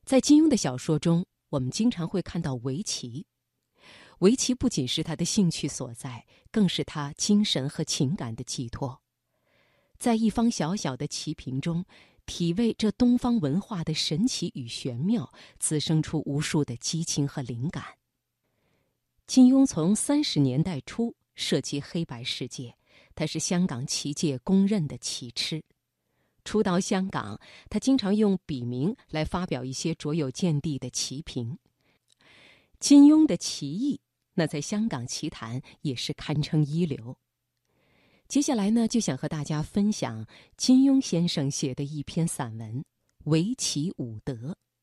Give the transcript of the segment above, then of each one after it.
在金庸的小说中，我们经常会看到围棋。围棋不仅是他的兴趣所在，更是他精神和情感的寄托。在一方小小的棋屏中，体味这东方文化的神奇与玄妙，滋生出无数的激情和灵感。金庸从30年代初涉及黑白世界，他是香港棋界公认的棋痴。初到香港，他经常用笔名来发表一些卓有见地的棋评。金庸的棋艺，那在香港棋坛也是堪称一流。接下来呢，就想和大家分享金庸先生写的一篇散文《围棋五德》。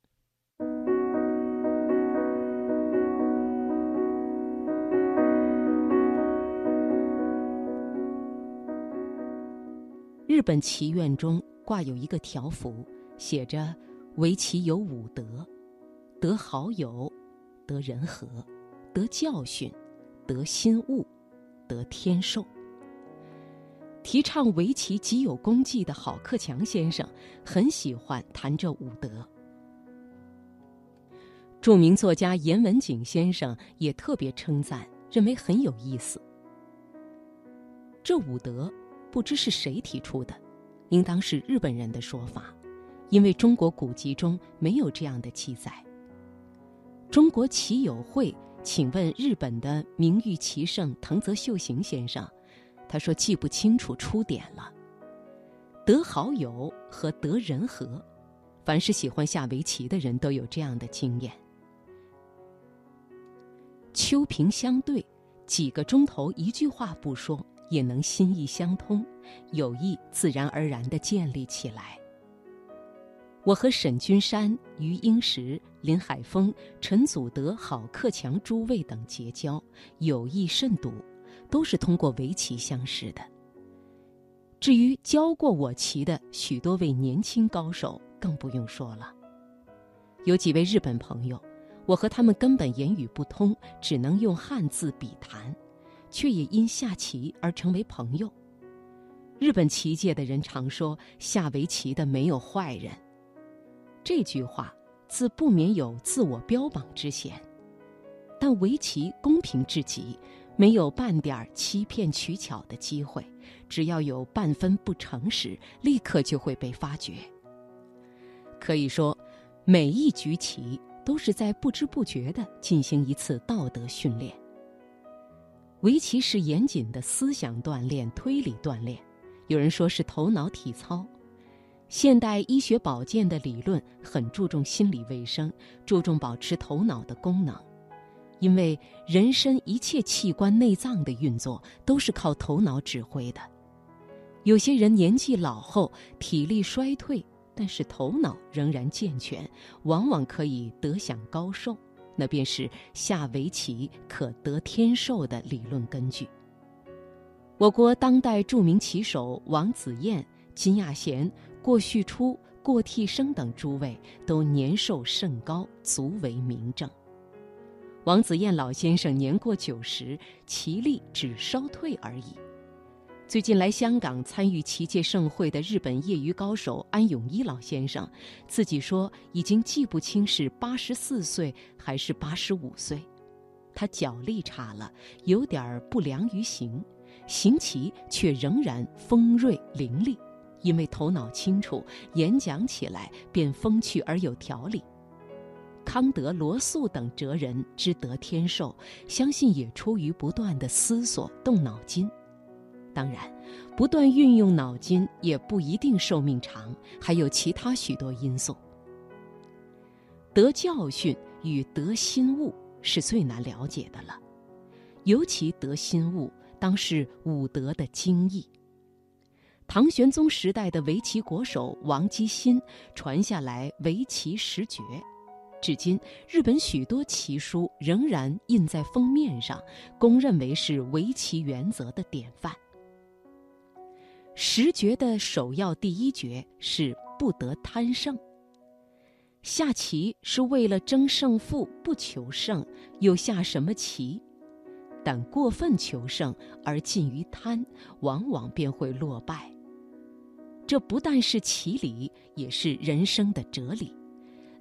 日本棋院中挂有一个条幅，写着围棋有五德：得好友，得人和，得教训，得心悟，得天授。提倡围棋极有功绩的郝克强先生很喜欢谈这五德。著名作家严文景先生也特别称赞，认为很有意思。这五德不知是谁提出的，应当是日本人的说法，因为中国古籍中没有这样的记载。中国棋友会请问日本的名誉棋圣藤泽秀行先生，他说记不清楚出典了。得好友和得人和，凡是喜欢下围棋的人都有这样的经验。秋平相对，几个钟头一句话不说，也能心意相通，友谊自然而然地建立起来。我和沈君山、余英时、林海峰、陈祖德、郝克强诸位等结交，友谊甚笃，都是通过围棋相识的。至于教过我棋的许多位年轻高手，更不用说了。有几位日本朋友，我和他们根本言语不通，只能用汉字笔谈，却也因下棋而成为朋友。日本棋界的人常说，下围棋的没有坏人。这句话自不免有自我标榜之嫌，但围棋公平至极，没有半点欺骗取巧的机会，只要有半分不诚实，立刻就会被发觉。可以说，每一局棋都是在不知不觉地进行一次道德训练。围棋是严谨的思想锻炼、推理锻炼，有人说是头脑体操。现代医学保健的理论很注重心理卫生，注重保持头脑的功能，因为人身一切器官内脏的运作都是靠头脑指挥的。有些人年纪老后体力衰退，但是头脑仍然健全，往往可以得享高寿，那便是下围棋可得天授的理论根据。我国当代著名棋手王子燕、金亚贤、过旭初、过替生等诸位都年寿甚高，足为明证。王子燕老先生年过90，棋力只稍退而已。最近来香港参与棋界盛会的日本业余高手安永一老先生，自己说已经记不清是84岁还是85岁。他脚力差了，有点不良于行，行棋却仍然锋锐凌厉，因为头脑清楚，演讲起来便风趣而有条理。康德、罗素等哲人之得天授，相信也出于不断的思索、动脑筋。当然，不断运用脑筋也不一定寿命长，还有其他许多因素。得教训与得心悟是最难了解的了，尤其得心悟，当是五德的精义。唐玄宗时代的围棋国手王基辛传下来围棋10诀，至今日本许多棋书仍然印在封面上，公认为是围棋原则的典范。10诀的首要第一诀是不得贪胜。下棋是为了争胜负，不求胜，又下什么棋？但过分求胜而近于贪，往往便会落败。这不但是棋理，也是人生的哲理。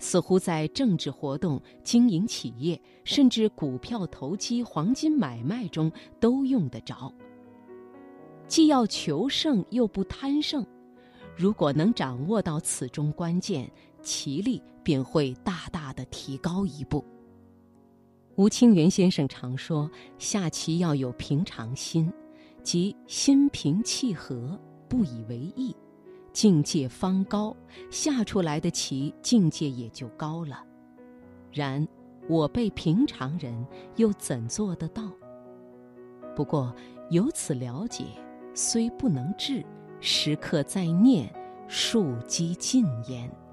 似乎在政治活动、经营企业，甚至股票投机、黄金买卖中都用得着。既要求胜又不贪胜，如果能掌握到此中关键，棋力便会大大的提高一步。吴清源先生常说，下棋要有平常心，即心平气和，不以为意，境界方高，下出来的棋境界也就高了。然我辈平常人又怎做得到？不过由此了解，虽不能治，时刻在念，庶几近焉。